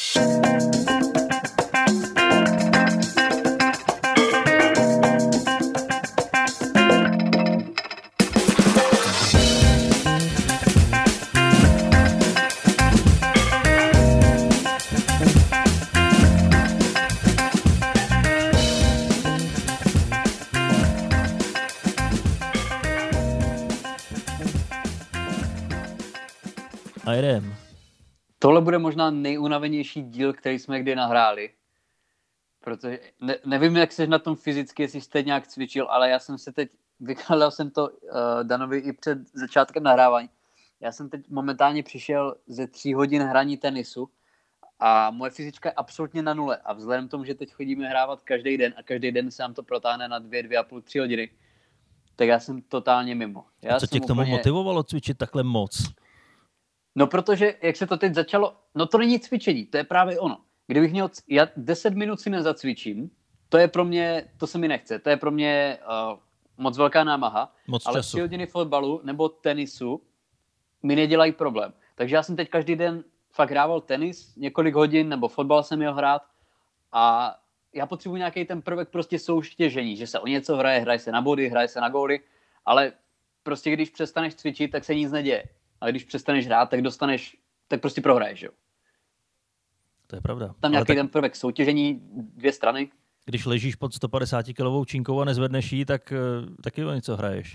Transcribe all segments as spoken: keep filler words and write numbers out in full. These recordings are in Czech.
A jedem. Tohle bude možná nejunavenější díl, který jsme kdy nahráli. Protože ne, nevím, jak jsi na tom fyzicky, jestli jsi teď nějak cvičil, ale já jsem se teď, vykládal jsem to uh, Danovi i před začátkem nahrávání. Já jsem teď momentálně přišel ze tří hodin hraní tenisu a moje fyzička je absolutně na nule. A vzhledem k tomu, že teď chodíme hrávat každý den a každý den se nám to protáhne na dvě, dvě a půl, tři hodiny, tak já jsem totálně mimo. Já A co tě k tomu úplně... motivovalo cvičit takhle moc? No protože, jak se to teď začalo, no to není cvičení, to je právě ono. Kdybych měl, já deset minut si nezacvičím, to je pro mě, to se mi nechce, to je pro mě uh, moc velká námaha, Moc ale času. tři hodiny fotbalu nebo tenisu mi nedělají problém. Takže já jsem teď každý den fakt hrával tenis, několik hodin, nebo fotbal jsem měl hrát a já potřebuji nějaký ten prvek prostě soutěžení, že se o něco hraje, hraje se na body, hraje se na góly, ale prostě když přestaneš cvičit, tak se nic neděje. A když přestaneš hrát, tak dostaneš, tak prostě prohraješ, jo. To je pravda. Tam nějaký tak, ten prvek soutěžení, dvě strany. Když ležíš pod sto padesát kilovou činkou a nezvedneš jí, tak uh, taky o něco hraješ.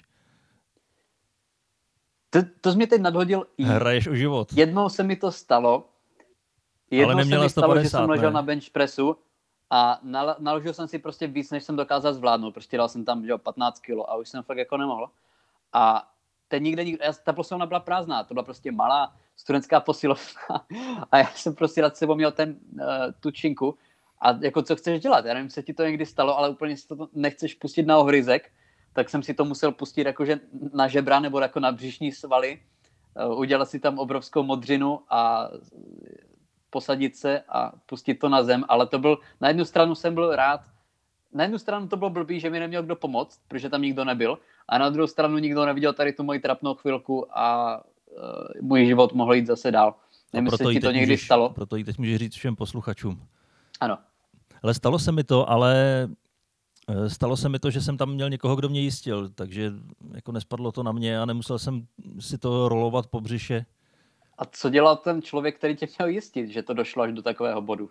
To, to jsi mě teď nadhodil. Hraješ o život. Jednou se mi to stalo. Jednou se mi stalo, že jsem ležel ne? na bench pressu a nal, naložil jsem si prostě víc, než jsem dokázal zvládnout. Prostě dal jsem tam jo, patnáct kilo a už jsem fakt jako nemohl. A teď nikde, nikde, ta posilovna byla prázdná, to byla prostě malá studentská posilovna a já jsem prostě nad sebou měl ten, uh, tu činku a jako co chceš dělat, já nevím, se ti to někdy stalo, ale úplně si to nechceš pustit na ohryzek, tak jsem si to musel pustit jakože na žebra nebo jako na břišní svaly, uh, udělat si tam obrovskou modřinu a posadit se a pustit to na zem, ale to byl, na jednu stranu jsem byl rád, na jednu stranu to bylo blbý, že mi neměl kdo pomoct, protože tam nikdo nebyl, a na druhou stranu nikdo neviděl tady tu moji trapnou chvilku a uh, můj život mohl jít zase dál. Nevím, jestli ti to někdy můžeš, stalo. Proto jí teď můžeš říct všem posluchačům. Ano. Ale stalo se mi to, ale stalo se mi to, že jsem tam měl někoho, kdo mě jistil, takže jako nespadlo to na mě a nemusel jsem si to rolovat po břiše. A co dělal ten člověk, který tě měl jistit, že to došlo až do takového bodu?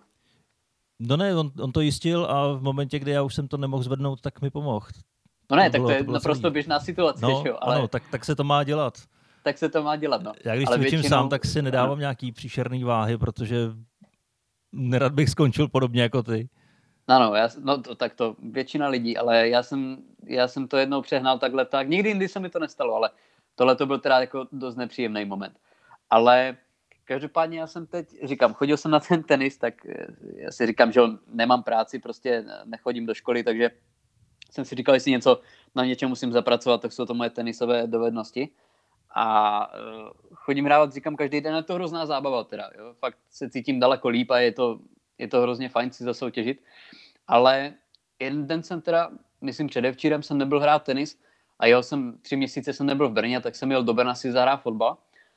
No ne, on, on to jistil a v momentě, kdy já už jsem to nemohl zvednout, tak mi pomohl. No ne, to tak bylo, to je to naprosto celý. běžná situace, no, jo? Ale ano, tak, tak se to má dělat. Tak se to má dělat, no. Já když ale cvičím většinou... sám, tak si nedávám ano. nějaký příšerný váhy, protože nerad bych skončil podobně jako ty. Ano, já, no to, tak to většina lidí, ale já jsem, já jsem to jednou přehnal takhle tak. Nikdy jindy se mi to nestalo, ale tohle to byl teda jako dost nepříjemný moment. Ale každopádně já jsem teď, říkám, chodil jsem na ten tenis, tak já si říkám, že nemám práci, prostě nechodím do školy, takže jsem si říkal, jestli něco na něčem musím zapracovat, tak jsou to moje tenisové dovednosti. A uh, chodím hrávat, říkám, každý den, je to hrozná zábava teda, jo? Fakt se cítím daleko líp a je to, je to hrozně fajn si zasoutěžit. Ale jeden den jsem teda, myslím předevčírem jsem nebyl hrát tenis a jel jsem, tři měsíce jsem nebyl v Brně, tak jsem jel do Brna si zahrát fotbal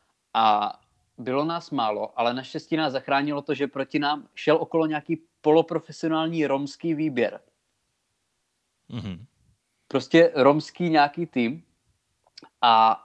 a bylo nás málo, ale naštěstí nás zachránilo to, že proti nám šel okolo nějaký poloprofesionální romský výběr. Mm-hmm. Prostě romský nějaký tým a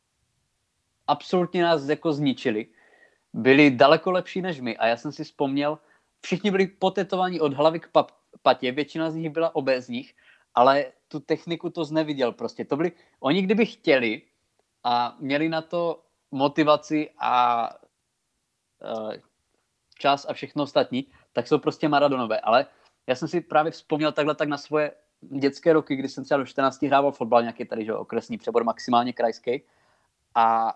absolutně nás jako zničili. Byli daleko lepší než my a já jsem si vzpomněl, všichni byli potetovaní od hlavy k pap- patě, většina z nich byla obézních, ale tu techniku to zneviděl prostě. To byli, oni kdyby chtěli a měli na to motivaci a uh, čas a všechno ostatní, tak jsou prostě Maradonové. Ale já jsem si právě vzpomněl takhle tak na svoje dětské roky, kdy jsem třeba do čtrnácti hrával fotbal, nějaký tady že, okresní přebor, maximálně krajský. A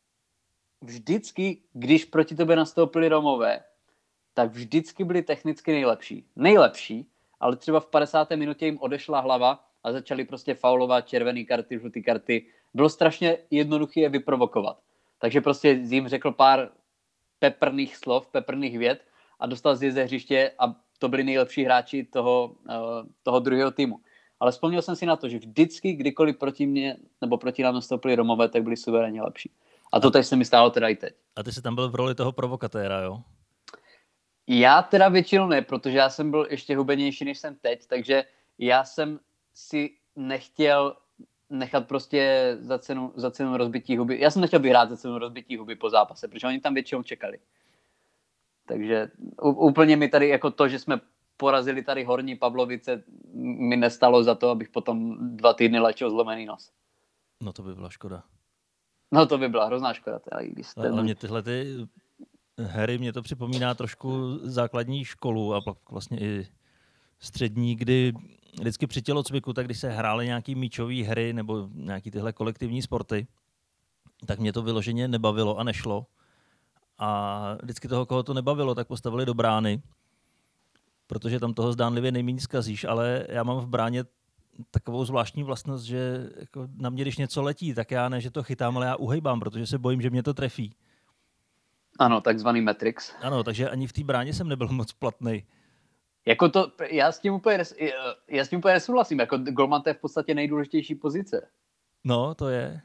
vždycky, když proti tobě nastoupili Romové, tak vždycky byli technicky nejlepší. Nejlepší, ale třeba v padesáté minutě jim odešla hlava a začali prostě faulovat, červené karty, žluté karty. Bylo strašně jednoduché je vyprovokovat. Takže prostě jim řekl pár peprných slov, peprných vět a dostal z ze hřiště a to byli nejlepší hráči toho, toho druhého týmu. Ale vzpomněl jsem si na to, že vždycky, kdykoliv proti mě nebo proti nám nastoupili Romové, tak byli suverénně lepší. A to teď se mi stálo teda i teď. A ty jsi tam byl v roli toho provokatéra, jo? Já teda většinou ne, protože já jsem byl ještě hubenější, než jsem teď, takže já jsem si nechtěl nechat prostě za cenu, za cenu rozbití huby. Já jsem nechtěl vyhrát za cenu rozbití huby po zápase, protože oni tam většinou čekali. Takže úplně mi tady jako to, že jsme porazili tady Horní Pavlovice, mi nestalo za to, abych potom dva týdny léčil zlomený nos. No to by byla škoda. No to by byla hrozná škoda. Teda, když jste Ale můj... mě tyhle ty hry, mě to připomíná trošku základní školu a pak vlastně i střední, kdy vždycky při tělocviku, tak když se hrály nějaký míčové hry nebo nějaký tyhle kolektivní sporty, tak mě to vyloženě nebavilo a nešlo. A vždycky toho, koho to nebavilo, tak postavili do brány, protože tam toho zdánlivě nejméně zkazíš, ale já mám v bráně takovou zvláštní vlastnost, že jako na mě, když něco letí, tak já ne, že to chytám, ale já uhejbám, protože se bojím, že mě to trefí. Ano, takzvaný Matrix. Ano, takže ani v té bráně jsem nebyl moc platnej. Jako to, já s tím úplně, já s tím úplně nesouhlasím. Jako golman to je v podstatě nejdůležitější pozice. No, to je.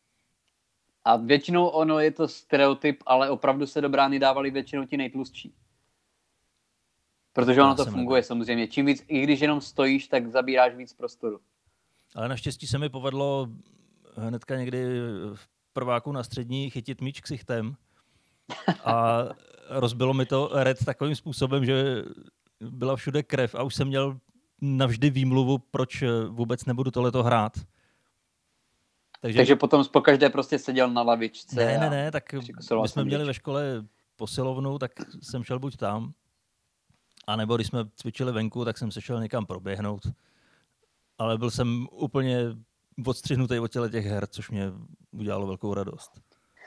A většinou ono je to stereotyp, ale opravdu se do brány dávali většinou ti nejtlustší. Protože to ono to funguje nebyl. samozřejmě. Čím víc, i když jenom stojíš, tak zabíráš víc prostoru. Ale naštěstí se mi povedlo hnedka někdy v prváku na střední chytit míč ksichtem a rozbilo mi to red takovým způsobem, že byla všude krev a už jsem měl navždy výmluvu, proč vůbec nebudu tohleto hrát. Takže, Takže potom pokaždé prostě seděl na lavičce. Ne, ne, ne, tak my jsme měli ve škole posilovnu, tak jsem šel buď tam, anebo když jsme cvičili venku, tak jsem se šel někam proběhnout. Ale byl jsem úplně odstřihnutý od těch her, což mě udělalo velkou radost.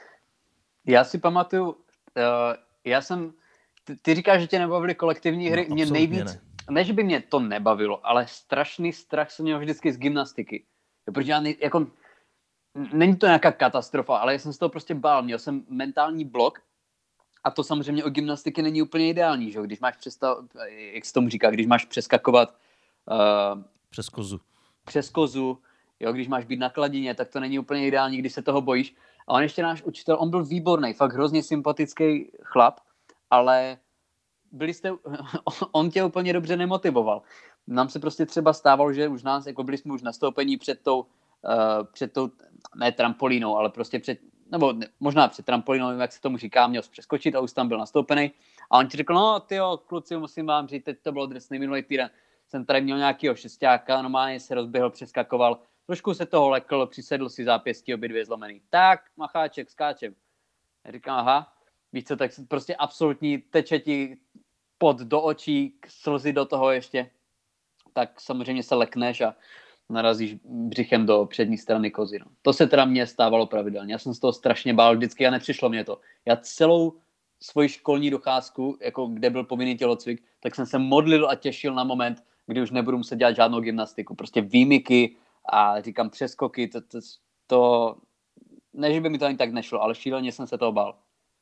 Já si pamatuju, uh, já jsem, ty, ty říkáš, že tě nebavily kolektivní hry, no, mě nejvíc, ne. ne, že by mě to nebavilo, ale strašný strach jsem měl vždycky z gymnastiky. Protože já nej, jako, není to nějaká katastrofa, ale já jsem z toho prostě bál, měl jsem mentální blok a to samozřejmě o gymnastiky není úplně ideální, že? Když máš přestav, jak se tomu říká, když máš přeskakovat uh, přes kozu. Přes kozu, jo, když máš být na kladině, tak to není úplně ideální, když se toho bojíš. A on ještě náš učitel, on byl výborný, fakt hrozně sympatický chlap, ale byli jste, on tě úplně dobře nemotivoval. Nám se prostě třeba stávalo, že už nás, jako byli jsme už nastoupení před tou, uh, před tou, ne trampolínou, ale prostě před, nebo ne, možná před trampolínou, jak se tomu říká, měl přeskočit a už tam byl nastoupený. A on ti řekl, no tyjo, kluci, musím vám říct, teď to bylo drsný minulý týden. Jsem tady měl nějakýho šestáka, normálně se rozběhl, přeskakoval, trošku se toho lekl, přisedl si zápěstí, obě dvě zlomený. Tak, macháček, skáčem. Já říkám, aha, víš co, tak prostě absolutní teče ti pod do očí, slzy do toho ještě. Tak samozřejmě se lekneš a narazíš břichem do přední strany kozy. No. To se teda mně stávalo pravidelně. Já jsem z toho strašně bál vždycky a nepřišlo mě to. Já celou svoji školní docházku, jako kde byl povinný tělocvik, tak jsem se modlil a těšil na moment, kdy už nebudu muset dělat žádnou gymnastiku. Prostě výmyky a říkám přeskoky, to, to, to ne, že by mi to ani tak nešlo, ale šíleně jsem se toho bál.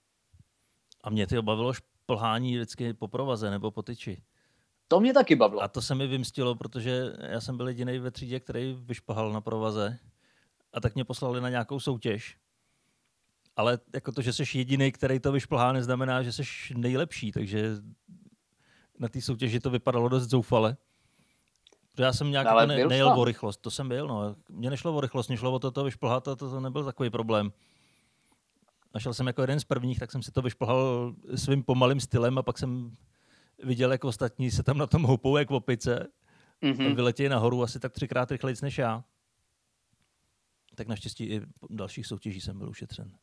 A mě to bavilo šplhání vždycky po provaze nebo po tyči. To mě taky bavilo. A to se mi vymstilo, protože já jsem byl jediný ve třídě, který vyšplhal na provaze a tak mě poslali na nějakou soutěž. Ale jako to, že jsi jediný, který to vyšplhá, neznamená, že jsi nejlepší, takže na té soutěži to vypadalo dost zoufale. Já jsem nějak jako ne, nejel o rychlost, to jsem byl, no. Mně nešlo o rychlost, mě šlo o to, to vyšplhat a to, to nebyl takový problém. Našel jsem jako jeden z prvních, tak jsem si to vyšplhal svým pomalým stylem a pak jsem viděl, jak ostatní se tam na tom houpou jak v opice. Mm-hmm. Vyletějí nahoru asi tak třikrát rychlejc než já. Tak naštěstí i dalších soutěží jsem byl ušetřen.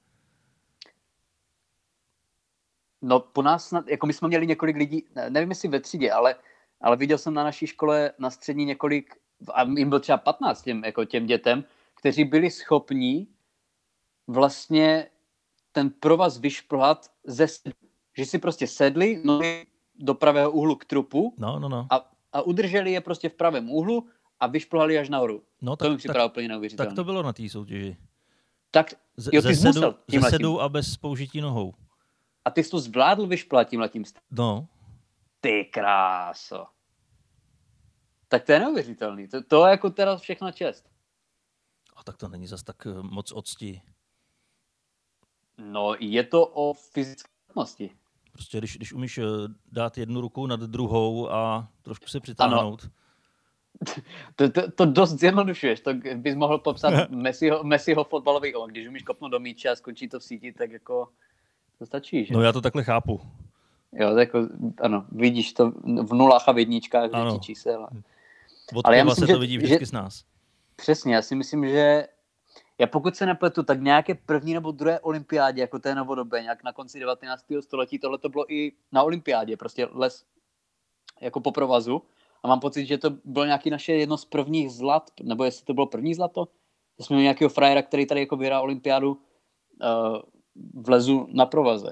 No po nás, jako my jsme měli několik lidí, nevím jestli ve třídě, ale, ale viděl jsem na naší škole na střední několik, a jim byl třeba patnáct těm, jako těm dětem, kteří byli schopní vlastně ten provaz vyšplhat ze sedlu. Že si prostě sedli nohy do pravého úhlu k trupu no, no, no. A, a udrželi je prostě v pravém úhlu a vyšplhali až nahoru. No, tak, to mi připadá úplně neuvěřitelné. Tak to bylo na té soutěži. Tak, jo, ty ze sedu, musel ze sedu a bez použití nohou. A ty jsi to zvládl vyšplat tímhletím stylem? No. Ty kráso. Tak to je neuvěřitelný. To, to je jako teda všechna čest. A tak to není zas tak moc octi. No, je to o fyzické schopnosti. Prostě když, když umíš dát jednu ruku nad druhou a trošku se přitáhnout. Ano. To, to, to dost zjednodušuješ. To bys mohl popsat Messiho, Messiho fotbalový on. Když umíš kopnout do míče a skončí to v síti, tak jako to stačí, že? No já to takhle chápu. Jo, tak jako, ano, vidíš to v nulách a v jedničkách řečí čísel. Ale já myslím, se to vidí vždycky že, s nás. Přesně, já si myslím, že já pokud se nepletu, tak nějaké první nebo druhé olympiádě, jako té novodobé, nějak na konci devatenáctého století, tohle to bylo i na olympiádě, prostě les jako po provazu. A mám pocit, že to bylo nějaký naše jedno z prvních zlat, nebo jestli to bylo první zlato, že jsme měli nějakého frajera, který tady jako vyhrál olympiádu uh, v lezu na provaze.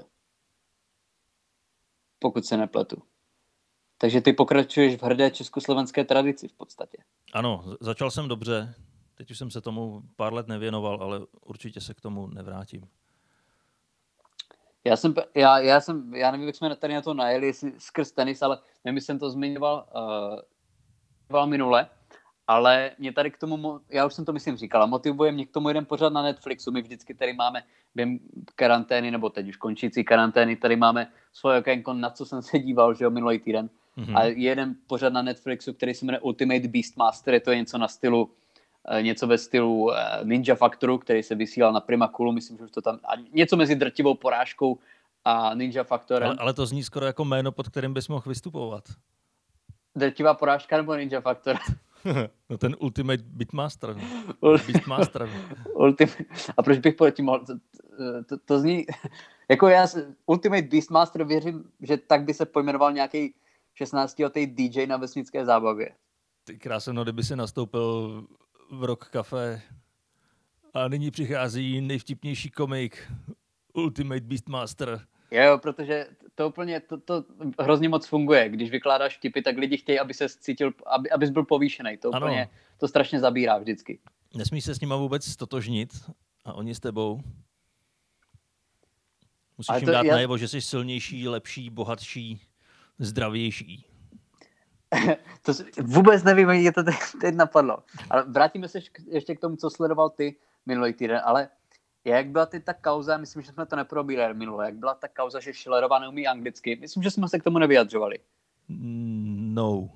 Pokud se nepletu. Takže ty pokračuješ v hrdé československé tradici v podstatě. Ano, začal jsem dobře. Teď už jsem se tomu pár let nevěnoval, ale určitě se k tomu nevrátím. Já jsem, já, já jsem, já nevím, jak jsme tady na to najeli, jestli skrz tenis, ale nevím, jsem to zmiňoval uh, minule, ale mě tady k tomu, já už jsem to myslím říkala, motivuje mě k tomu jeden pořad na Netflixu. My vždycky tady máme během karantény, nebo teď už končící karantény, tady máme svoje okénko, na co jsem se díval, že jo, minulý týden. Mm-hmm. A jeden pořad na Netflixu, který se jmenuje Ultimate Beastmaster, je to něco na stylu, něco ve stylu Ninja Factoru, který se vysílal na Primakulu, myslím, že už to tam, a něco mezi Drtivou porážkou a Ninja Factorem. Ale, ale to zní skoro jako jméno, pod kterým bys mohl vystupovat. Drtivá porážka nebo Ninja Factor? No ten Ultimate Beatmaster. Beastmaster. Ultimate. A proč bych po tím mohl? To, to, to zní, jako já Ultimate Beastmaster věřím, že tak by se pojmenoval nějaký šestnáctiletý D J na vesnické zábavě. Ty krásno, no, kdyby si nastoupil v Rock Café a nyní přichází nejvtipnější komik Ultimate Beastmaster. Jo, protože to úplně, to, to hrozně moc funguje. Když vykládáš vtipy, tak lidi chtějí, aby se cítil, aby, abys byl povýšený. To úplně, ano. To strašně zabírá vždycky. Nesmíš se s nima vůbec stotožnit a oni s tebou. Musíš jim dát já... najevo, že jsi silnější, lepší, bohatší, zdravější. To vůbec nevím, jak to teď, teď napadlo. Ale vrátíme se ještě k tomu, co sledoval ty minulý týden, ale jak byla ty ta kauza, myslím, že jsme to neprobírali minule, jak byla ta kauza, že Schillerová neumí anglicky, myslím, že jsme se k tomu nevyjadřovali. No.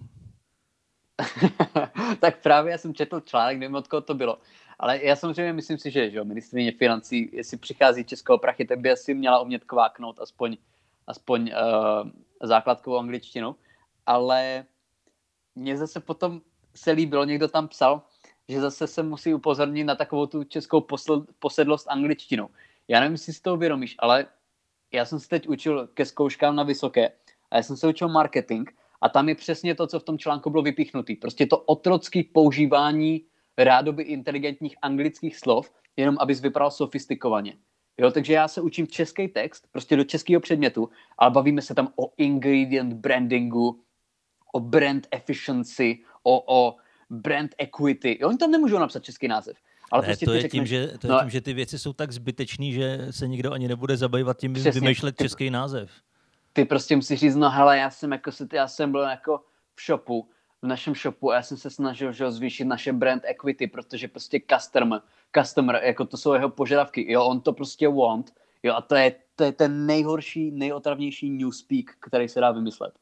Tak právě já jsem četl článek, nevím, od koho to bylo, ale já samozřejmě myslím si, že, že ministryně financí, jestli přichází českého prachy, tak by asi měla umět kváknout aspoň, aspoň uh, základkovou angličtinu, ale mně zase potom se líbilo, někdo tam psal, že zase se musí upozornit na takovou tu českou posedlost angličtinou. Já nevím, jestli si to uvědomíš, ale já jsem se teď učil ke zkouškám na vysoké a já jsem se učil marketing a tam je přesně to, co v tom článku bylo vypíchnutý. Prostě to otrocké používání rádoby inteligentních anglických slov, jenom abys vypadal sofistikovaně. Jo, takže já se učím český text, prostě do českého předmětu, ale bavíme se tam o ingredient brandingu, o brand efficiency, o, o brand equity. Jo, oni tam nemůžou napsat český název. Ale ne, prostě to je, řekneš, tím, že, to je no, tím, že ty věci jsou tak zbytečný, že se nikdo ani nebude zabývat tím přesně, vymýšlet ty, český název. Ty prostě musíš říct, no hele, já jsem, jako, já jsem byl jako v shopu, v našem shopu a já jsem se snažil, že zvýšit naše brand equity, protože prostě customer, customer, jako to jsou jeho požadavky, jo, on to prostě want, jo, a to je, to je ten nejhorší, nejotravnější newspeak, který se dá vymyslet.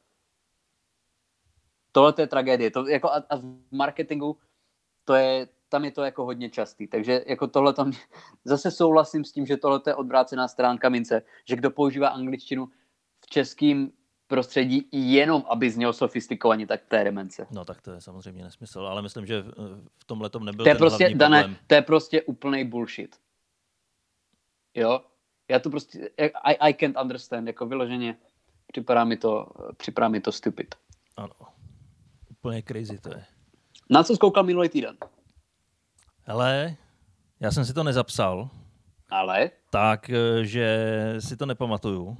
Tohle to je tragédie. To, jako a, a v marketingu to je, tam je to jako hodně častý. Takže jako tohle tam zase souhlasím s tím, že tohle je odvrácená stránka mince, že kdo používá angličtinu v českém prostředí jenom, aby zněl sofistikovaně, tak to je demence. No tak to je samozřejmě nesmysl, ale myslím, že v tomhletom nebyl to je ten prostě, hlavní Dané, problém. To je prostě úplnej bullshit. Jo? Já to prostě, I, I can't understand, jako vyloženě připadá mi to, připadá mi to stupid. Ano. Úplně crazy to je. Na co jsi koukal minulý týden? Hele, já jsem si to nezapsal. Ale? Takže si to nepamatuju.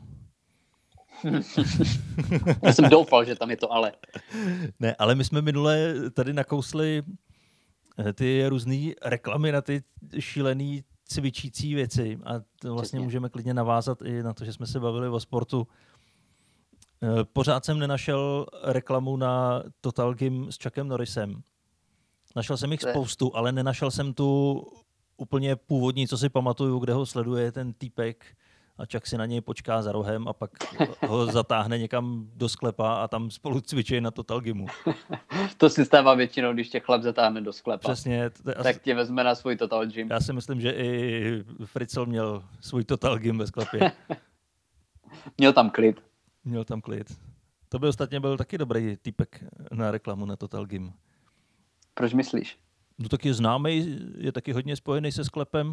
Já jsem doufal, že tam je to ale. Ne, ale my jsme minule tady nakousli ty různý reklamy na ty šílený cvičící věci a to vlastně Přesně. můžeme klidně navázat i na to, že jsme se bavili o sportu. Pořád jsem nenašel reklamu na Total Gym s Chuckem Norrisem. Našel jsem jich spoustu, ale nenašel jsem tu úplně původní, co si pamatuju, kde ho sleduje ten týpek a Chuck si na něj počká za rohem a pak ho zatáhne někam do sklepa a tam spolu cvičí na Total Gymu. To si stává většinou, když tě chlap zatáhne do sklepa. Přesně. To, to tak tě vezme na svůj Total Gym. Já si myslím, že i Fritzl měl svůj Total Gym ve sklepě. Měl tam klid. Měl tam klid. To by ostatně byl taky dobrý týpek na reklamu na Total Gym. Proč myslíš? No tak je známý, je taky hodně spojený se sklepem.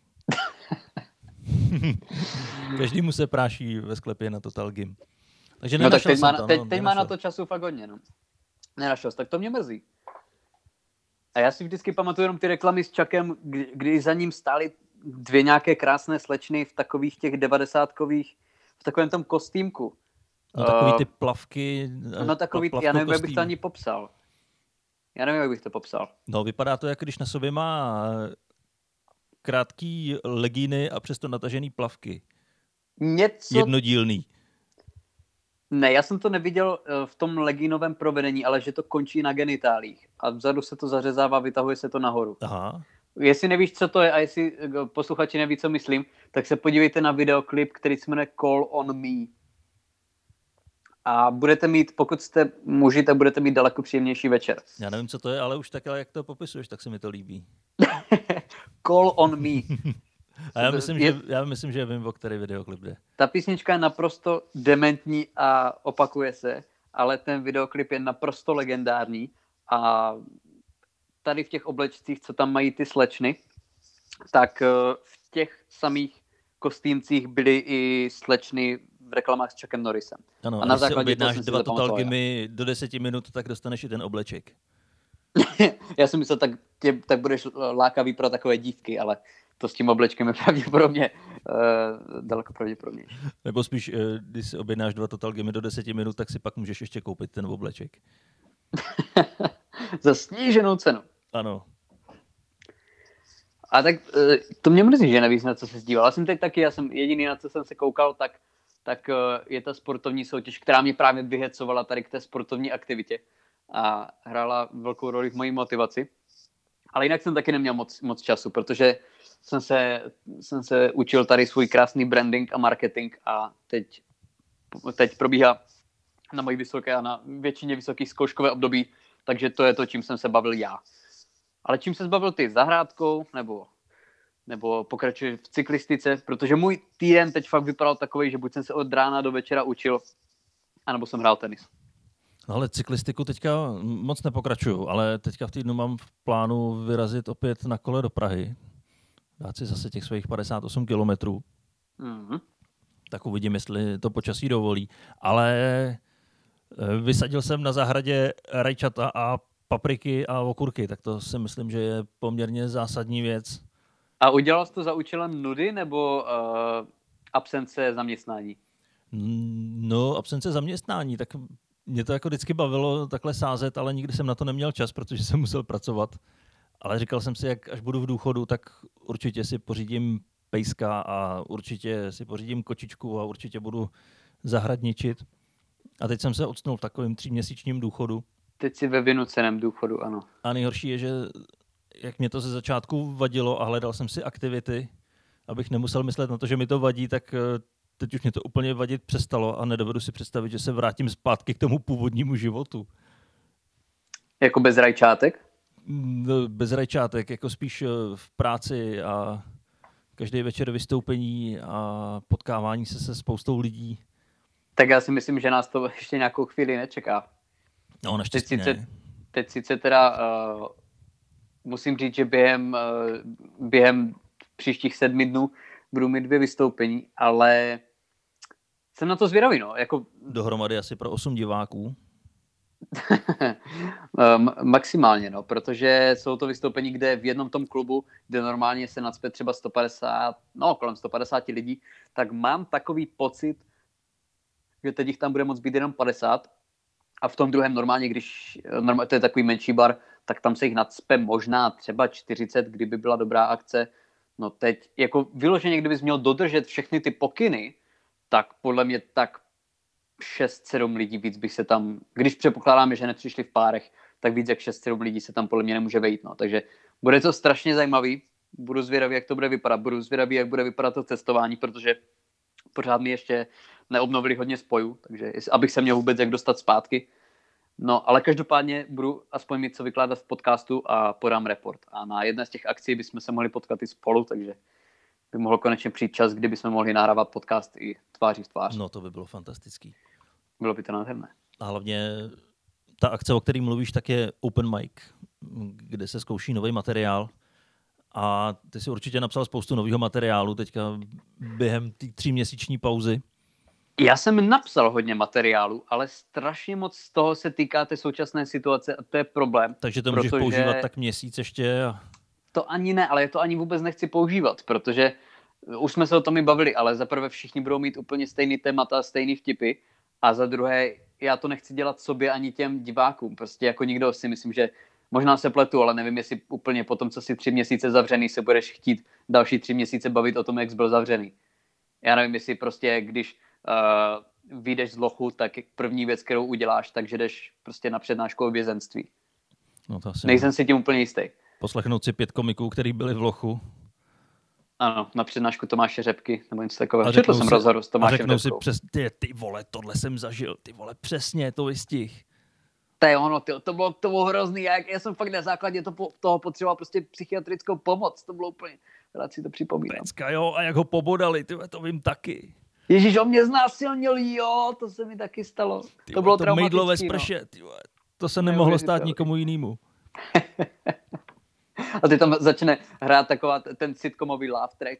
Každý mu se práší ve sklepě na Total Gym. Takže no tak teď má, to, teď, no, teď má na to času fakt hodně. No. Nenašel jsi, tak to mě mrzí. A já si vždycky pamatuju jenom ty reklamy s Chuckem, kdy, kdy za ním stály dvě nějaké krásné slečny v takových těch devadesátkových, v takovém tom kostýmku. No takový ty plavky. No takový, já nevím, jak bych to ani popsal. Já nevím, jak bych to popsal. No vypadá to, jako když na sobě má krátký legíny a přesto natažený plavky. Něco... Jednodílný. Ne, já jsem to neviděl v tom legínovém provedení, ale že to končí na genitálích. A vzadu se to zařezává, vytahuje se to nahoru. Aha. Jestli nevíš, co to je a jestli posluchači neví, co myslím, tak se podívejte na videoklip, který se jmenuje Call on Me. A budete mít, pokud jste muži, tak budete mít daleko příjemnější večer. Já nevím, co to je, ale už tak, ale jak to popisuješ, tak se mi to líbí. Call on Me. A já myslím, je, že, já myslím, že vím, o který videoklip jde. Ta písnička je naprosto dementní a opakuje se, ale ten videoklip je naprosto legendární a tady v těch oblečcích, co tam mají ty slečny, tak v těch samých kostýmcích byly i slečny v reklamách s Chuckem Norrisem. Ano, a na když si objednáš dva Total Gymy do deseti minut, tak dostaneš i ten obleček. Já jsem myslel, tak, tě, tak budeš lákavý pro takové dívky, ale to s tím oblečkem je pravděpodobně uh, daleko pravděpodobnější. Nebo spíš, uh, když si objednáš dva Total Gymy do deseti minut, tak si pak můžeš ještě koupit ten obleček. Za sníženou cenu. Ano. A tak uh, to mě mrzí, že nevíš, na co se zdíval. Já jsem teď taky, já jsem jediný, na co jsem se koukal, tak, tak uh, je ta sportovní soutěž, která mě právě vyhecovala tady k té sportovní aktivitě a hrála velkou roli v mojí motivaci. Ale jinak jsem taky neměl moc, moc času, protože jsem se, jsem se učil tady svůj krásný branding a marketing a teď, teď probíhá na mojí vysoké a na většině vysokých zkouškové období, takže to je to, čím jsem se bavil já. Ale čím se bavil ty? Zahrádkou nebo, nebo pokračuješ v cyklistice? Protože můj týden teď fakt vypadal takový, že buď jsem se od rána do večera učil, anebo jsem hrál tenis. No ale cyklistiku teďka moc nepokračuju, ale teďka v týdnu mám v plánu vyrazit opět na kole do Prahy. Dát si zase těch svých padesát osm kilometrů. Mm-hmm. Tak uvidím, jestli to počasí dovolí. Ale vysadil jsem na zahradě rajčata a papriky a okurky, tak to si myslím, že je poměrně zásadní věc. A udělal jsi to za účelem nudy nebo uh, absence zaměstnání? No, absence zaměstnání, tak mě to jako vždycky bavilo takhle sázet, ale nikdy jsem na to neměl čas, protože jsem musel pracovat. Ale říkal jsem si, jak až budu v důchodu, tak určitě si pořídím pejska a určitě si pořídím kočičku a určitě budu zahradničit. A teď jsem se odstnul v takovém tříměsíčním důchodu. Teď si ve vynuceném důchodu, ano. A nejhorší je, že jak mě to ze začátku vadilo a hledal jsem si aktivity, abych nemusel myslet na to, že mi to vadí, tak teď už mě to úplně vadit přestalo a nedovedu si představit, že se vrátím zpátky k tomu původnímu životu. Jako bez rajčátek? No, bez rajčátek, jako spíš v práci a každý večer vystoupení a potkávání se se spoustou lidí. Tak já si myslím, že nás to ještě nějakou chvíli nečeká. No, naštěstí teď sice, ne. Teď sice teda uh, musím říct, že během, uh, během příštích sedmi dnů budu mít dvě vystoupení, ale jsem na to zvědavý, no. Jako... Dohromady asi pro osm diváků. Maximálně, no, protože jsou to vystoupení, kde v jednom tom klubu, kde normálně se nacpe třeba sto padesát, no kolem sto padesát lidí, tak mám takový pocit, že teď jich tam bude moc být jenom padesát a v tom druhém normálně, když normálně, to je takový menší bar, tak tam se jich nacpe možná třeba čtyřicet, kdyby byla dobrá akce. No teď, jako vyloženě, kdybys měl dodržet všechny ty pokyny, tak podle mě tak šest sedm lidí víc bych se tam, když předpokládáme, že nepřišli v párech, tak víc jak šest sedm lidí se tam podle mě nemůže vejít. No. Takže bude to strašně zajímavý. Budu zvědavý, jak to bude vypadat. Budu zvědavý, jak bude vypadat to cestování, protože pořád mi ještě neobnovili hodně spojů, takže jestli, abych se měl vůbec jak dostat zpátky. No, ale každopádně budu aspoň mít co vykládat v podcastu a podám report. A na jedné z těch akcí bychom se mohli potkat i spolu, takže by mohl konečně přijít čas, kdy bychom mohli nahrávat podcast i tváří v tvář. No to by bylo fantastický. Bylo by to nádherné. A hlavně ta akce, o které mluvíš, tak je Open Mic, kde se zkouší nový materiál. A ty si určitě napsal spoustu nového materiálu teďka během té tříměsíční pauzy. Já jsem napsal hodně materiálu, ale strašně moc z toho se týká té současné situace a to je problém. Takže to můžeš používat tak měsíc ještě? A... To ani ne, ale já to ani vůbec nechci používat, protože už jsme se o tom i bavili, ale za prvé všichni budou mít úplně stejný témata, stejný vtipy a za druhé já to nechci dělat sobě ani těm divákům. Prostě jako nikdo si myslím, že možná se pletu, ale nevím, jestli úplně po tom, co si tři měsíce zavřený, se budeš chtít další tři měsíce bavit o tom, jak jsi byl zavřený. Já nevím, jestli prostě, když uh, vyjdeš z lochu, tak první věc, kterou uděláš, takže jdeš prostě na přednášku o vězenství. No to asi nejsem si tím úplně jistý. Poslechnout si pět komiků, který byli v lochu. Ano, na přednášku Tomáše Řepky, nebo něco takového. Četl jsem rozhovor s Tomášem Řepkou. A řeknou si přes, ty, ty vole, tohle jsem zažil, ty vole, přesně, to vystih. To je ono, ty, to bylo to bylo hrozný, já, já jsem fakt na základě to, toho potřeboval prostě psychiatrickou pomoc, to bylo úplně, rád si to připomínám. Pecka, jo, a jak ho pobodali, ty, to vím taky. Ježíš, on mě znásilnil, jo, to se mi taky stalo. Ty, to bylo to traumatický, mejdlo ve sprše, no. ty, to se nemohlo stát nikomu jinému. A ty tam začne hrát taková ten sitcomový laugh track.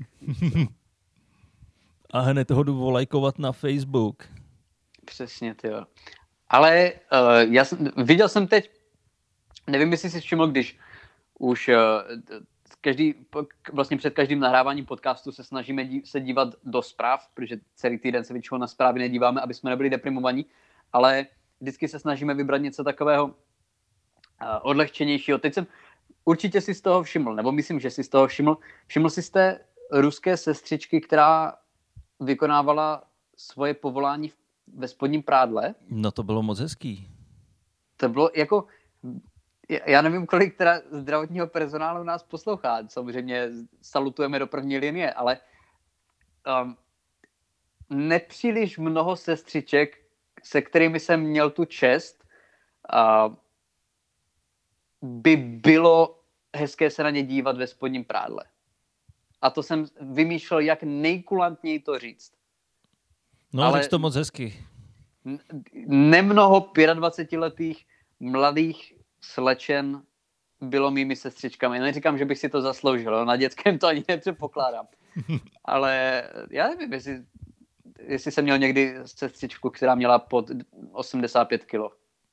A hned ho jdu volajkovat na Facebook. Přesně, ty jo. Ale uh, já jsem, viděl jsem teď, nevím, jestli jsi všiml, když už uh, každý, vlastně před každým nahráváním podcastu se snažíme dí, se dívat do zpráv, protože celý týden se většinou na zprávy nedíváme, aby jsme nebyli deprimovaní, ale vždycky se snažíme vybrat něco takového uh, odlehčenějšího. Teď jsem určitě si z toho všiml, nebo myslím, že si z toho všiml. Všiml jsi z té ruské sestřičky, která vykonávala svoje povolání ve spodním prádle? No to bylo moc hezký. To bylo jako, já nevím, kolik teda zdravotního personálu nás poslouchá. Samozřejmě salutujeme do první linie, ale um, nepříliš mnoho sestřiček, se kterými jsem měl tu čest, uh, by bylo hezké se na ně dívat ve spodním prádle. A to jsem vymýšlel, jak nejkulantněji to říct. No, ale řekl to moc hezky. Nemnoho dvacetiletých mladých slečen bylo mými sestřičkami. Neříkám, že bych si to zasloužil, na dětském to ani nepředpokládám. Ale já nevím, jestli, jestli jsem měl někdy sestřičku, která měla pod osmdesát pět kilo.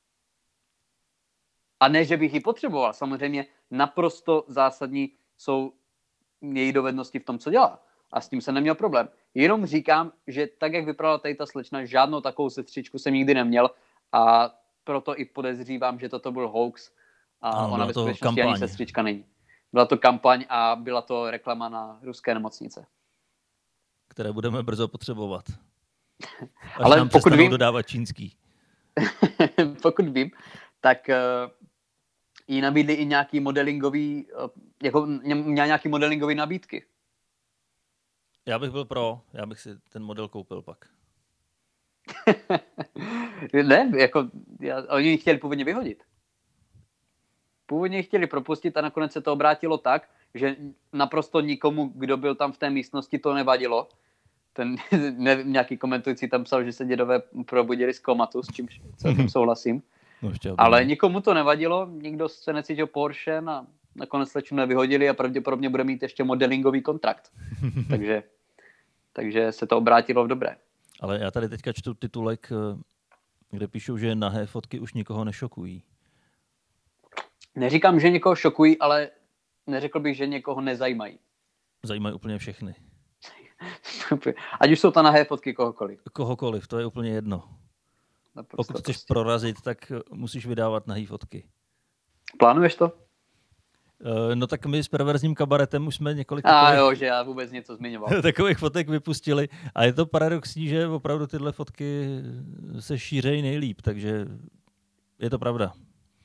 A ne, že bych ji potřeboval. Samozřejmě naprosto zásadní jsou její dovednosti v tom, co dělá. A s tím jsem neměl problém. Jenom říkám, že tak, jak vypadala tady ta slečna, žádnou takovou sestřičku jsem nikdy neměl a proto i podezřívám, že toto byl hoax a ano, ona ve skutečnosti ani sestřička není. Byla to kampaň a byla to reklama na ruské nemocnice. Které budeme brzo potřebovat. Až ale nám pokud vím, dodávat čínský. pokud vím, tak uh, jí nabídli i nějaký modelingový, uh, jako měl nějaký modelingový nabídky. Já bych byl pro, já bych si ten model koupil pak. Ne, jako já, oni ji chtěli původně vyhodit. Původně ji chtěli propustit a nakonec se to obrátilo tak, že naprosto nikomu, kdo byl tam v té místnosti, to nevadilo. Ten nevím, nějaký komentující tam psal, že se dědové probudili z komatu, s čím celkem souhlasím. No, ale nikomu to nevadilo, nikdo se necítil poršen a nakonec slečnu nevyhodili a pravděpodobně bude mít ještě modelingový kontrakt. takže, takže se to obrátilo v dobré. Ale já tady teďka čtu titulek, kde píšou, že nahé fotky už nikoho nešokují. Neříkám, že někoho šokují, ale neřekl bych, že někoho nezajímají. Zajímají úplně všechny. Ať už jsou to nahé fotky kohokoliv. Kohokoliv, to je úplně jedno. Naprosto Pokud chceš prostě prorazit, tak musíš vydávat nahý fotky. Plánuješ to? No tak my s Perverzním kabaretem už jsme několik A takových, jo, že já vůbec něco zmiňoval. takových fotek vypustili. A je to paradoxní, že opravdu tyhle fotky se šířejí nejlíp, takže je to pravda.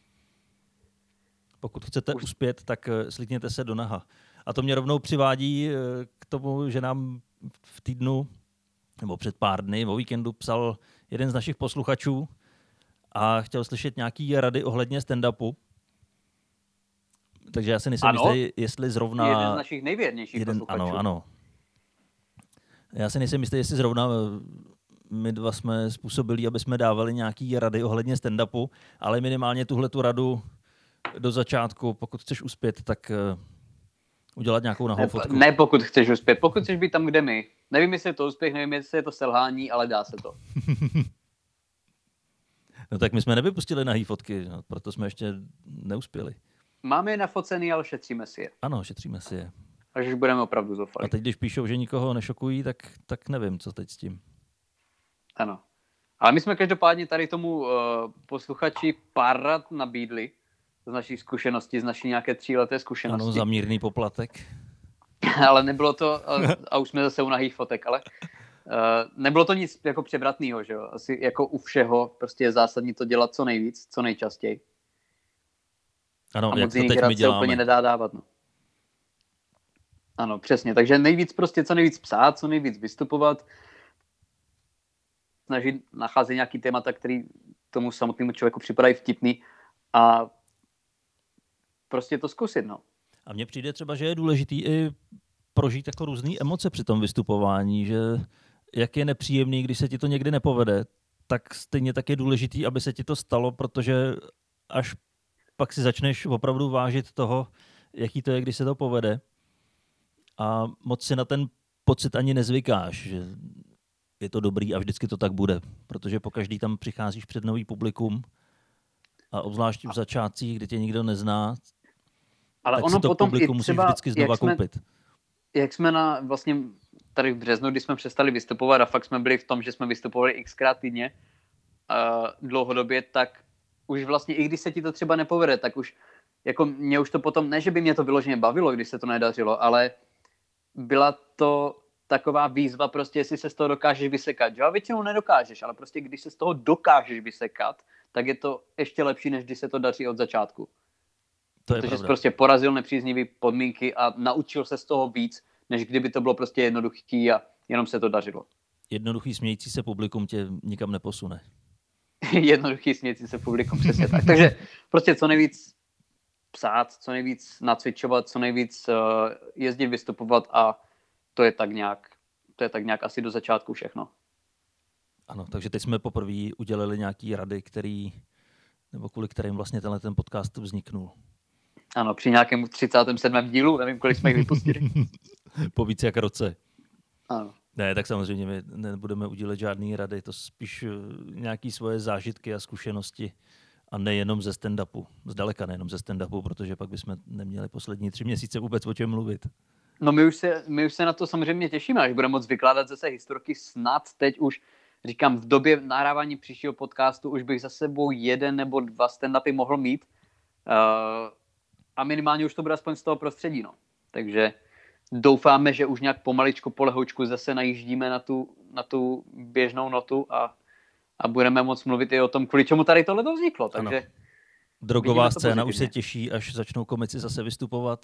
Pokud chcete už uspět, tak slíkněte se do naha. A to mě rovnou přivádí k tomu, že nám v týdnu nebo před pár dny o víkendu psal jeden z našich posluchačů a chtěl slyšet nějaký rady ohledně stand-upu. Takže já si nejsem jistý, jestli zrovna... Jeden z našich nejvěrnějších jeden, posluchačů. Ano, ano. Já si nejsem jistý, jestli zrovna my dva jsme způsobili, aby jsme dávali nějaký rady ohledně stand-upu, ale minimálně tuhle tu radu do začátku, pokud chceš uspět, tak udělat nějakou nahou fotku. Ne, pokud chceš uspět, pokud chceš být tam, kde my. Nevím, jestli je to úspěch, nevím, jestli je to selhání, ale dá se to. No tak my jsme nevypustili nahý fotky, no, proto jsme ještě neuspěli. Máme je nafocený, ale šetříme si je. Ano, šetříme si je. Až už budeme opravdu zoufali. A teď, když píšou, že nikoho nešokují, tak, tak nevím, co teď s tím. Ano. Ale my jsme každopádně tady tomu uh, posluchači pár rad nabídli z naší zkušenosti, z naší nějaké tříleté zkušenosti. Ano, za mírný poplatek. Ale nebylo to, a, a už jsme zase u nahých fotek, ale uh, nebylo to nic jako převratného, že jo? Asi jako u všeho prostě je zásadní to dělat co nejvíc, co nejčastěji. Ano, a jak moc to jiných teď rad my se děláme. úplně nedá dávat. No. Ano, přesně. Takže nejvíc prostě co nejvíc psát, co nejvíc vystupovat, snažit nacházet nějaký témata, který tomu samotnému člověku připadají vtipný a prostě to zkusit, no. A mně přijde třeba, že je důležitý i prožít jako různé emoce při tom vystupování, že jak je nepříjemný, když se ti to někdy nepovede, tak stejně tak je důležitý, aby se ti to stalo, protože až pak si začneš opravdu vážit toho, jaký to je, když se to povede. A moc si na ten pocit ani nezvykáš, že je to dobrý a vždycky to tak bude. Protože pokaždý tam přicházíš před nový publikum a obzvlášť v začátcích, kdy tě nikdo nezná, ale tak ono si to potom publikum musíš vždycky znova jak jsme, koupit. Jak jsme na vlastně tady v březnu, když jsme přestali vystupovat a fakt jsme byli v tom, že jsme vystupovali xkrát týdně uh, dlouhodobě, tak už vlastně i když se ti to třeba nepovede, tak už jako mě už to potom, ne že by mě to vyloženě bavilo, když se to nedařilo, ale byla to taková výzva prostě, jestli se z toho dokážeš vysekat. Že? A většinou nedokážeš, ale prostě když se z toho dokážeš vysekat, tak je to ještě lepší, než když se to daří od začátku. To je Protože jsi pravda. prostě porazil nepříznivý podmínky a naučil se z toho víc, než kdyby to bylo prostě jednoduchý a jenom se to dařilo. Jednoduchý smějící se publikum tě nikam neposune. Jednoduchý smějící se publikum, přesně tak. Takže prostě co nejvíc psát, co nejvíc nacvičovat, co nejvíc uh, jezdit, vystupovat a to je tak nějak, to je tak nějak asi do začátku všechno. Ano, takže teď jsme poprvé udělali nějaký rady, který, nebo kvůli kterým vlastně tenhle ten podcast vzniknul. Ano, při nějakém třicátém sedmém dílu, nevím, kolik jsme jich vypustili. Po víc jak roce. Ano. Ne, tak samozřejmě my nebudeme udělat žádný rady, to spíš nějaký svoje zážitky a zkušenosti a nejenom ze stand-upu. Zdaleka nejenom ze stand-upu, protože pak bychom neměli poslední tři měsíce vůbec o čem mluvit. No my už se, my už se na to samozřejmě těšíme, až budeme moc vykládat zase historky snad teď už, říkám, v době nahrávání příštího podcastu už bych za sebou jeden nebo dva stand-upy mohl mít uh, a minimálně už to bude aspoň z toho prostředí, no. Takže doufáme, že už nějak pomaličku, polehoučku zase najíždíme na tu, na tu běžnou notu a, a budeme moc mluvit i o tom, kvůli čemu tady tohle vzniklo. Takže ano. Drogová scéna už se těší, až začnou komici zase vystupovat.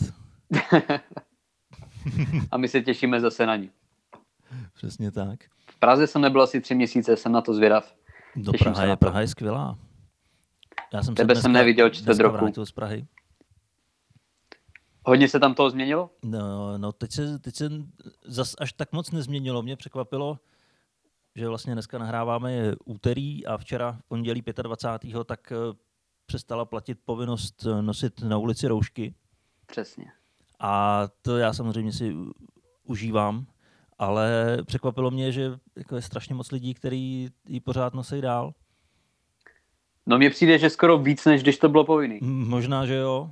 A my se těšíme zase na ní. Přesně tak. V Praze jsem nebyl asi tři měsíce, jsem na to zvědav. Do Praha je, Praha je skvělá. Já jsem Tebe se jsem neviděl čtvrt roku. vrátil z Prahy. Hodně se tam toho změnilo? No, no teď se, teď se zas až tak moc nezměnilo. Mě překvapilo, že vlastně dneska nahráváme úterý a včera v pondělí dvacátého pátého tak přestala platit povinnost nosit na ulici roušky. Přesně. A to já samozřejmě si užívám, ale překvapilo mě, že jako je strašně moc lidí, kteří ji pořád nosí dál. No mně přijde, že skoro víc, než když to bylo povinný. Možná, že jo.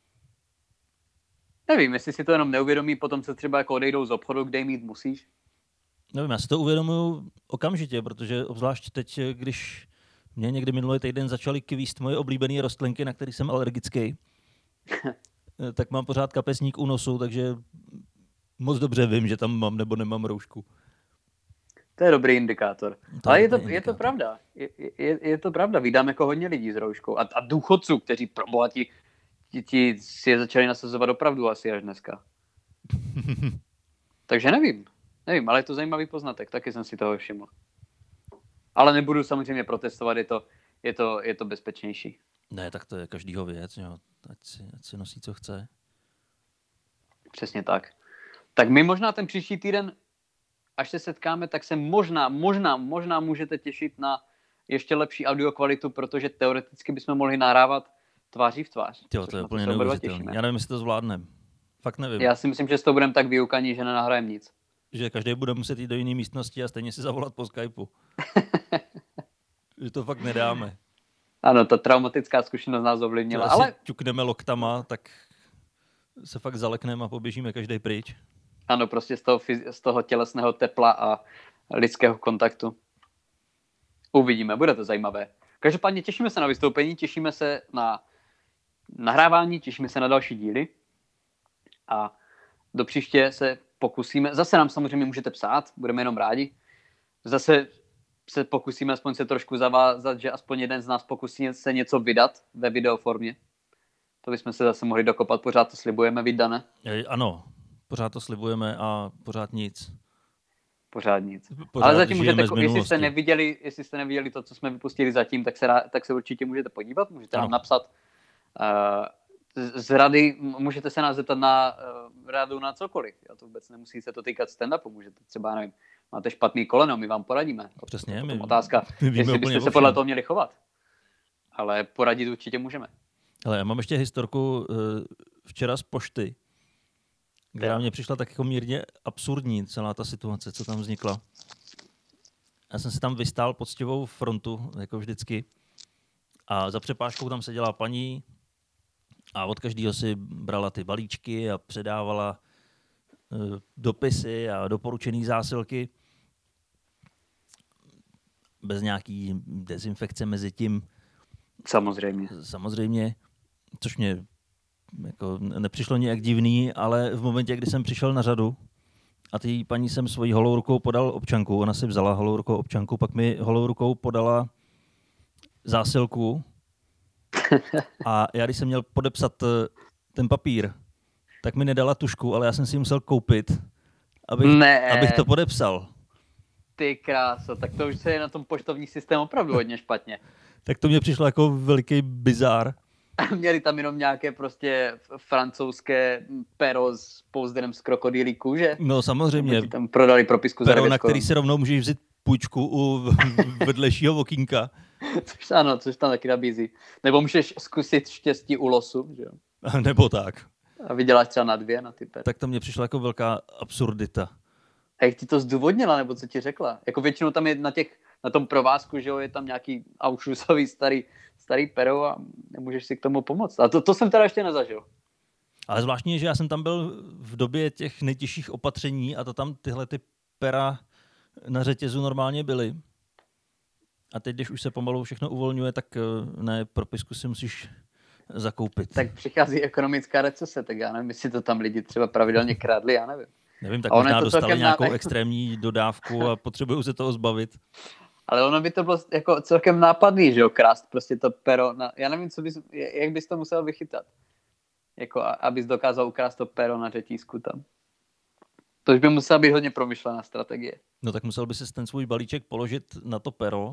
Nevím, jestli si to jenom neuvědomí, potom se třeba jako odejdou z obchodu, kde mít musíš. Nevím, já si to uvědomuji okamžitě, protože obzvlášť teď, když mě někdy minulý týden začaly kvíst moje oblíbené rostlinky, na které jsem alergický, tak mám pořád kapesník u nosu, takže moc dobře vím, že tam mám nebo nemám roušku. To je dobrý indikátor. To Ale je, je to, indikátor. je to pravda. Je, je, je to pravda. Vídám jako hodně lidí s rouškou. A, a důchodců, kteří proboha ti, ti, ti si je začali nasazovat opravdu asi až dneska. Takže nevím. Nevím, ale je to zajímavý poznatek, taky jsem si toho všiml. Ale nebudu samozřejmě protestovat, je to, je to, je to bezpečnější. Ne, tak to je každýho věc, jo. Ať si, ať si nosí, co chce. Přesně tak. Tak my možná ten příští týden, až se setkáme, tak se možná, možná, možná můžete těšit na ještě lepší audio kvalitu, protože teoreticky bychom mohli nahrávat tváří v tvář. Jo, to je úplně neuvěřitelné. Já nevím, jestli to zvládneme. Fakt nevím. Já si myslím, že s to budeme tak vyukaní, že nenahrajeme nic. Že každý bude muset jít do jiné místnosti a stejně si zavolat po Skypeu. Že to fakt nedáme. Ano, ta traumatická zkušenost nás ovlivnila. Že ale asi ťukneme loktama, tak se fakt zalekneme a poběžíme každý pryč. Ano, prostě z toho, z toho tělesného tepla a lidského kontaktu. Uvidíme, bude to zajímavé. Každopádně těšíme se na vystoupení, těšíme se na nahrávání, těšíme se na další díly a do příště se pokusíme, zase nám samozřejmě můžete psát, budeme jenom rádi, zase se pokusíme aspoň se trošku zavázat, že aspoň jeden z nás pokusí se něco vydat ve videoformě. To bychom se zase mohli dokopat, pořád to slibujeme, Vídane? Ano, pořád to slibujeme a pořád nic. Pořád nic. Pořád ale zatím můžete, jestli jste, neviděli, jestli jste neviděli to, co jsme vypustili zatím, tak se, tak se určitě můžete podívat, můžete ano. nám napsat uh, z, z rady, můžete se nás zeptat na uh, radu na cokoliv. Já to vůbec nemusí se to týkat stand-upu, můžete třeba, nevím, máte špatný koleno, my vám poradíme. Přesně, my, otázka, my jestli byste se podle toho měli chovat. Ale poradit určitě můžeme. Ale já mám ještě historku uh, včera z pošty, která mě přišla tak jako mírně absurdní, celá ta situace, co tam vznikla. Já jsem si tam vystál poctivou frontu, jako vždycky. A za přepážkou tam seděla paní a od každého si brala ty balíčky a předávala uh, dopisy a doporučené zásilky. Bez nějaký dezinfekce mezi tím. Samozřejmě. Samozřejmě, což mě jako nepřišlo nějak divný, ale v momentě, kdy jsem přišel na řadu a ty paní jsem svojí holou rukou podal občanku, ona si vzala holou rukou občanku, pak mi holou rukou podala zásilku a já, když jsem měl podepsat ten papír, tak mi nedala tušku, ale já jsem si ji musel koupit, abych, abych to podepsal. Ty kráso, tak to už se je na tom poštovní systém opravdu hodně špatně. Tak to mě přišlo jako veliký bizár. Měli tam jenom nějaké prostě francouzské pero s pouzdrem z krokodýlí kůže. No samozřejmě. Tam prodali propisku pero, za na který si rovnou můžeš vzít půjčku u vedlejšího okýnka. Což ano, což tam taky nabízí. Nebo můžeš zkusit štěstí u losu, že jo? Nebo tak. A vyděláš třeba na dvě na ty per. Tak to mě přišlo jako velká absurdita. A jak ti to zdůvodnila, nebo co ti řekla? Jako většinou tam je na těch, na tom provázku, že jo, je tam nějaký aušusový starý, starý pero a nemůžeš si k tomu pomoct. A to, to jsem teda ještě nezažil. Ale zvláštní je, že já jsem tam byl v době těch nejtěžších opatření a to tam tyhle ty pera na řetězu normálně byly. A teď, když už se pomalu všechno uvolňuje, tak ne, propisku si musíš zakoupit. Tak přichází ekonomická recese, tak já nevím, jestli to tam lidi třeba pravidelně krádli, já nevím. Nevím, tak možná dostali nějakou ná... extrémní dodávku a potřebují se toho zbavit. Ale ono by to bylo jako celkem nápadný, že jo, krást prostě to pero. Na... Já nevím, co bys, jak bys to musel vychytat. Jako, abys dokázal ukrást to pero na řetízku tam. To už by musela být hodně promyšlená strategie. No tak musel by si ten svůj balíček položit na to pero.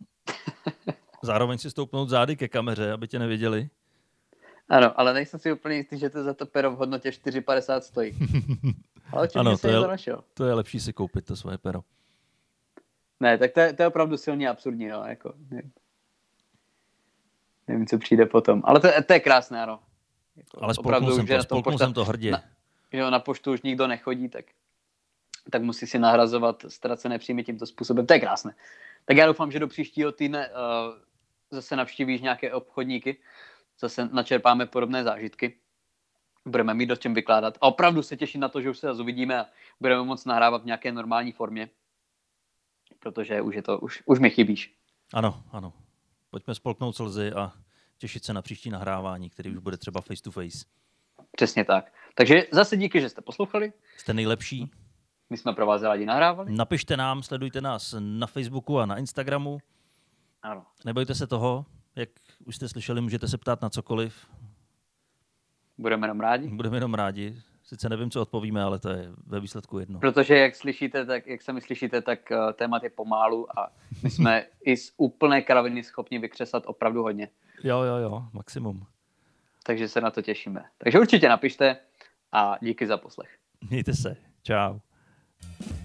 Zároveň si stoupnout zády ke kameře, aby tě neviděli. Ano, ale nejsem si úplně jistý, že to za to pero v hodnotě čtyři padesát stojí. Ale ano, to je, to je lepší si koupit to svoje pero. Ne, tak to je, to je opravdu silně absurdní, no, jako, nevím. nevím, co přijde potom. Ale to, to je krásné, ano. Jako, ale spolknul jsem to, spolknul jsem to hrdě. Na, že na poštu už nikdo nechodí, tak, tak musí si nahrazovat ztracené příjmy tímto způsobem. To je krásné. Tak já doufám, že do příštího týdne uh, zase navštívíš nějaké obchodníky, zase načerpáme podobné zážitky. Budeme mít do čem vykládat. A opravdu se těším na to, že už se zase uvidíme a budeme moct nahrávat v nějaké normální formě. Protože už je to, už, už mi chybíš. Ano, ano. Pojďme spolknout slzy a těšit se na příští nahrávání, který už bude třeba face to face. Přesně tak. Takže zase díky, že jste poslouchali. Jste nejlepší. My jsme pro vás rádi nahrávali. Napište nám, sledujte nás na Facebooku a na Instagramu. Ano. Nebojte se toho, jak už jste slyšeli, můžete se ptát na cokoliv. Budeme jenom rádi. Budeme jenom rádi. Sice nevím, co odpovíme, ale to je ve výsledku jedno. Protože jak slyšíte, tak jak sami slyšíte, tak uh, témat je pomálu a my jsme i z úplné kraviny schopni vykřesat opravdu hodně. Jo, jo, jo, maximum. Takže se na to těšíme. Takže určitě napište a díky za poslech. Mějte se. Čau.